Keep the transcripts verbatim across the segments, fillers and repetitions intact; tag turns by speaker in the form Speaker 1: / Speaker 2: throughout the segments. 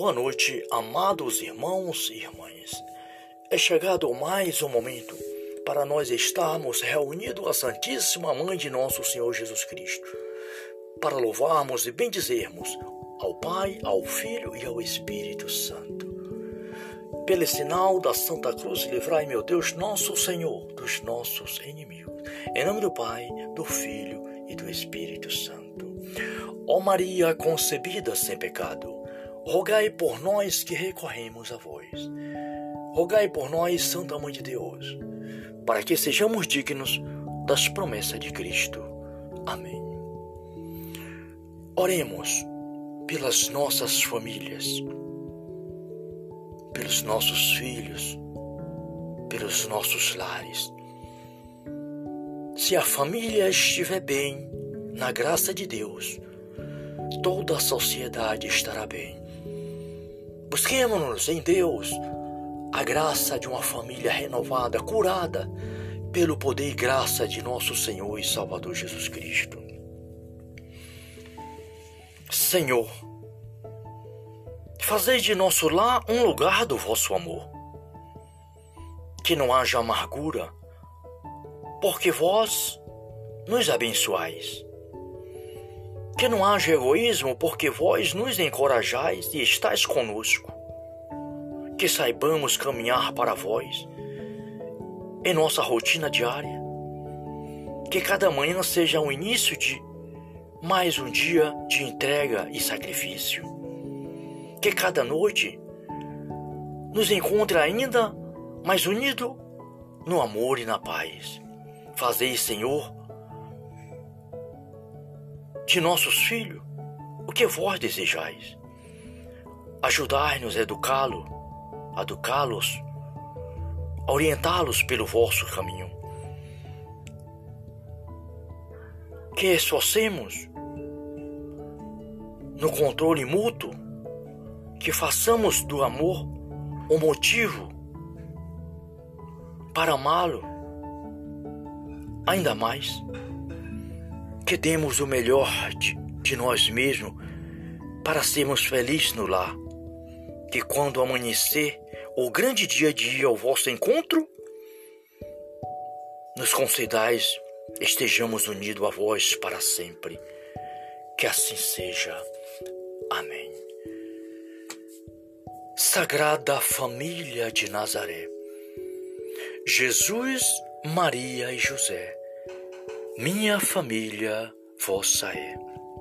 Speaker 1: Boa noite, amados irmãos e irmãs. É chegado mais um momento para nós estarmos reunidos à Santíssima Mãe de nosso Senhor Jesus Cristo, para louvarmos e bendizermos ao Pai, ao Filho e ao Espírito Santo. Pelo sinal da Santa Cruz, livrai, meu Deus, nosso Senhor, dos nossos inimigos. Em nome do Pai, do Filho e do Espírito Santo. Ó Maria concebida sem pecado, rogai por nós que recorremos a vós. Rogai por nós, Santa Mãe de Deus, para que sejamos dignos das promessas de Cristo. Amém. Oremos pelas nossas famílias, pelos nossos filhos, pelos nossos lares. Se a família estiver bem, na graça de Deus, toda a sociedade estará bem. Busquemo-nos em Deus a graça de uma família renovada, curada pelo poder e graça de nosso Senhor e Salvador Jesus Cristo. Senhor, fazei de nosso lar um lugar do vosso amor. Que não haja amargura, porque vós nos abençoais. Que não haja egoísmo, porque vós nos encorajais e estáis conosco. Que saibamos caminhar para vós em nossa rotina diária. Que cada manhã seja um início de mais um dia de entrega e sacrifício. Que cada noite nos encontre ainda mais unido no amor e na paz. Fazei, Senhor, de nossos filhos o que vós desejais. Ajudai-nos a educá-los, a educá-los, a orientá-los pelo vosso caminho. Que esforcemos no controle mútuo, que façamos do amor um motivo para amá-lo ainda mais. Que demos o melhor de, de nós mesmos para sermos felizes no lar. Que quando amanhecer o grande dia de ir ao vosso encontro, nos concedais estejamos unidos a vós para sempre. Que assim seja. Amém. Sagrada Família de Nazaré, Jesus, Maria e José, minha família vossa é.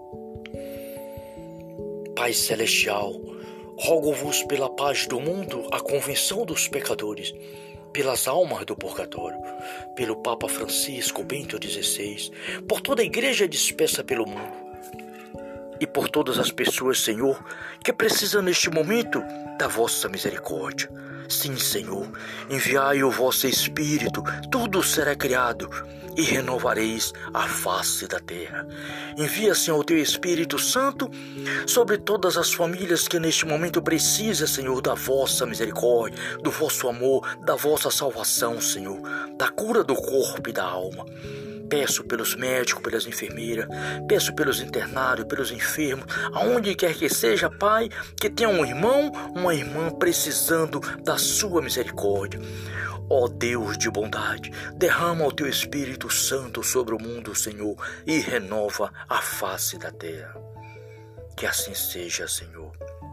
Speaker 1: Pai Celestial, rogo-vos pela paz do mundo, a convenção dos pecadores, pelas almas do purgatório, pelo Papa Francisco Bento dezesseis, por toda a igreja dispersa pelo mundo e por todas as pessoas, Senhor, que precisam neste momento da vossa misericórdia. Sim, Senhor, enviai o vosso Espírito, tudo será criado e renovareis a face da terra. Envia, Senhor, o teu Espírito Santo sobre todas as famílias que neste momento precisam, Senhor, da vossa misericórdia, do vosso amor, da vossa salvação, Senhor, da cura do corpo e da alma. Peço pelos médicos, pelas enfermeiras, peço pelos internados, pelos enfermos, aonde quer que seja, Pai, que tenha um irmão, uma irmã precisando da sua misericórdia. Ó Deus de bondade, derrama o teu Espírito Santo sobre o mundo, Senhor, e renova a face da terra. Que assim seja, Senhor.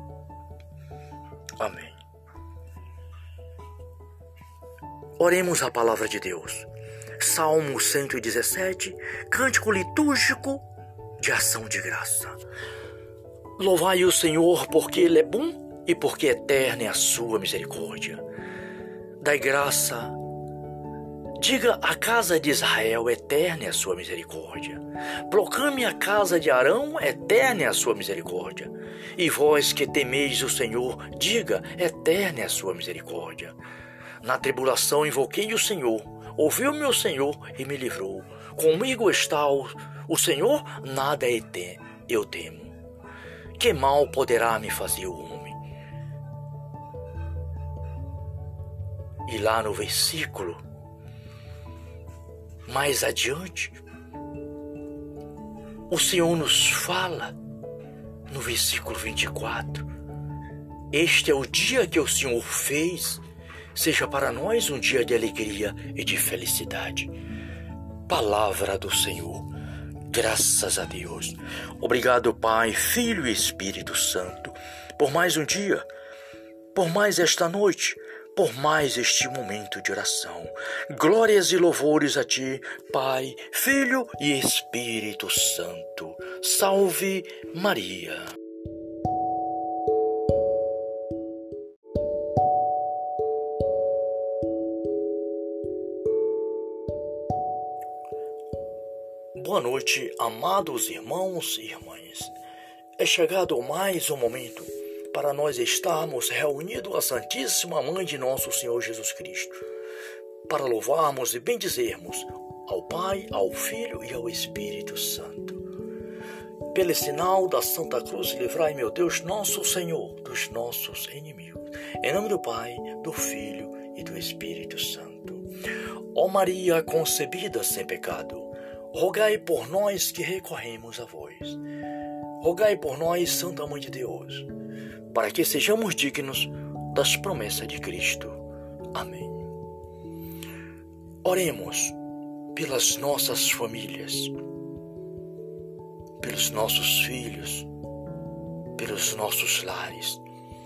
Speaker 1: Amém. Oremos a palavra de Deus. Salmo cento e dezessete, cântico litúrgico de ação de graça. Louvai o Senhor, porque Ele é bom e porque eterna é a sua misericórdia. Dai graça, diga à casa de Israel, eterna é a sua misericórdia. Proclame a casa de Arão, eterna é a sua misericórdia. E vós que temeis o Senhor, diga, eterna é a sua misericórdia. Na tribulação invoquei o Senhor, ouviu-me o Senhor e me livrou. Comigo está o, o Senhor, nada é tem, eu temo. Que mal poderá me fazer o homem? E lá no versículo mais adiante, o Senhor nos fala no versículo vinte e quatro este é o dia que o Senhor fez, seja para nós um dia de alegria e de felicidade. Palavra do Senhor. Graças a Deus. Obrigado, Pai, Filho e Espírito Santo, por mais um dia, por mais esta noite, por mais este momento de oração. Glórias e louvores a Ti, Pai, Filho e Espírito Santo. Salve Maria. Boa noite, amados irmãos e irmãs. É chegado mais um momento para nós estarmos reunidos à Santíssima Mãe de nosso Senhor Jesus Cristo, para louvarmos e bendizermos ao Pai, ao Filho e ao Espírito Santo. Pelo sinal da Santa Cruz, livrai, meu Deus, nosso Senhor, dos nossos inimigos. Em nome do Pai, do Filho e do Espírito Santo. Ó Maria concebida sem pecado, rogai por nós que recorremos a vós. Rogai por nós, Santa Mãe de Deus, para que sejamos dignos das promessas de Cristo. Amém. Oremos pelas nossas famílias, pelos nossos filhos, pelos nossos lares.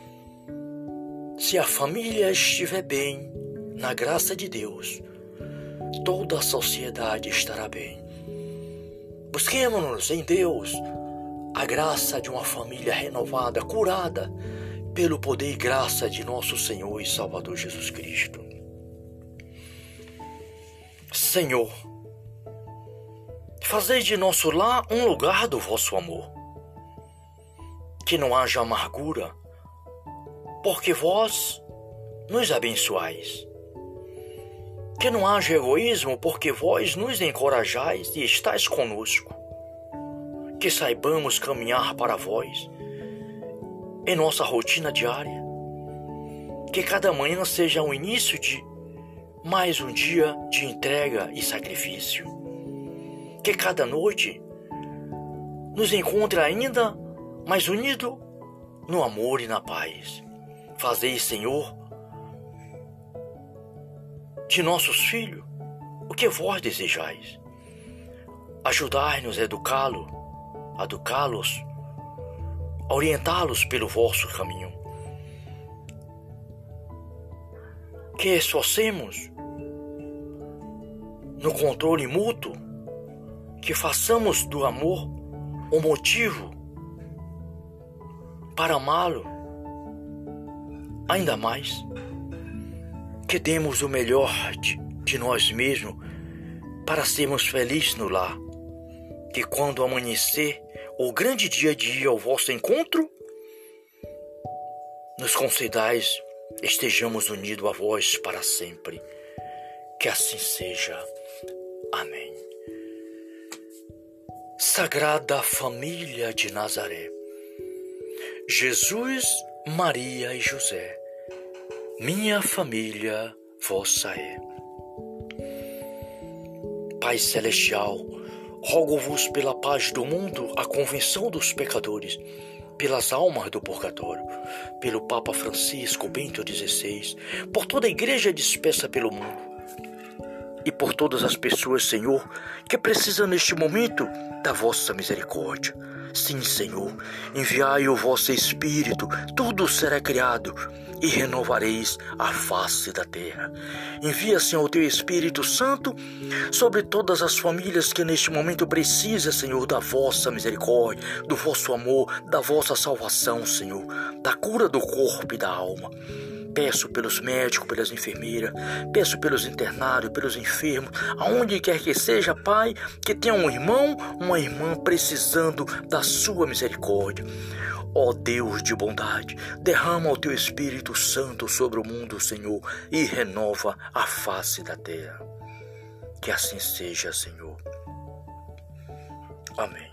Speaker 1: Se a família estiver bem, na graça de Deus, toda a sociedade estará bem. Busquemo-nos em Deus a graça de uma família renovada, curada pelo poder e graça de nosso Senhor e Salvador Jesus Cristo. Senhor, fazei de nosso lar um lugar do vosso amor, que não haja amargura, porque vós nos abençoais. Que não haja egoísmo, porque vós nos encorajais e estáis conosco. Que saibamos caminhar para vós em nossa rotina diária. Que cada manhã seja o início de mais um dia de entrega e sacrifício. Que cada noite nos encontre ainda mais unido no amor e na paz. Fazei, Senhor, de nossos filhos o que vós desejais. Ajudai-nos a educá-lo, a educá-los, a orientá-los pelo vosso caminho. Que esforcemos no controle mútuo, que façamos do amor um motivo para amá-lo ainda mais. Que demos o melhor de, de nós mesmos para sermos felizes no lar. Que quando amanhecer o grande dia de ir ao vosso encontro, nos concedais, estejamos unidos a vós para sempre. Que assim seja. Amém. Sagrada Família de Nazaré, Jesus, Maria e José, minha família vossa é. Pai Celestial, rogo-vos pela paz do mundo, a convenção dos pecadores, pelas almas do purgatório, pelo Papa Francisco Bento dezesseis, por toda a igreja dispersa pelo mundo e por todas as pessoas, Senhor, que precisam neste momento da vossa misericórdia. Sim, Senhor, enviai o vosso Espírito, tudo será criado e renovareis a face da terra. Envia, Senhor, o teu Espírito Santo sobre todas as famílias que neste momento precisam, Senhor, da vossa misericórdia, do vosso amor, da vossa salvação, Senhor, da cura do corpo e da alma. Peço pelos médicos, pelas enfermeiras, peço pelos internados, pelos enfermos, aonde quer que seja, Pai, que tenha um irmão, uma irmã precisando da sua misericórdia. Ó Deus de bondade, derrama o teu Espírito Santo sobre o mundo, Senhor, e renova a face da terra. Que assim seja, Senhor. Amém.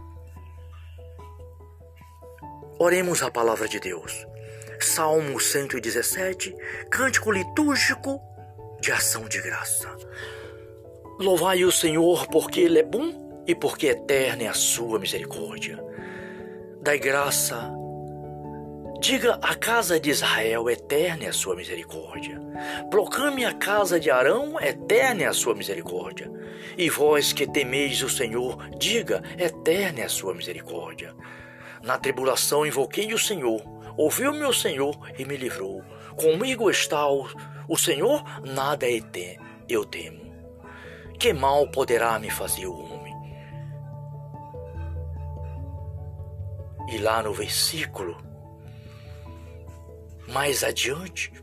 Speaker 1: Oremos a palavra de Deus. Salmo cento e dezessete, cântico litúrgico de ação de graça. Louvai o Senhor, porque Ele é bom e porque eterna é a sua misericórdia. Dai graça Diga à casa de Israel, eterna é a sua misericórdia. Proclame à casa de Arão, eterna é a sua misericórdia. E vós que temeis o Senhor, diga, eterna é a sua misericórdia. Na tribulação invoquei o Senhor, ouviu-me o Senhor e me livrou. Comigo está o, o Senhor, nada é tem, eu temo. Que mal poderá me fazer o homem? E lá no versículo mais adiante,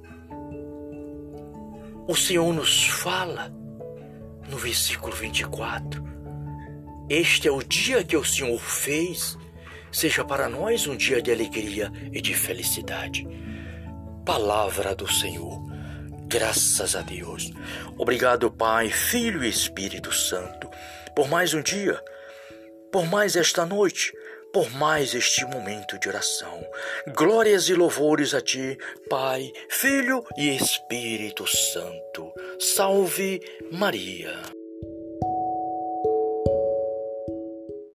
Speaker 1: o Senhor nos fala, no versículo vinte e quatro, este é o dia que o Senhor fez, seja para nós um dia de alegria e de felicidade. Palavra do Senhor, graças a Deus. Obrigado, Pai, Filho e Espírito Santo, por mais um dia, por mais esta noite, por mais este momento de oração. Glórias e louvores a Ti, Pai, Filho e Espírito Santo. Salve Maria.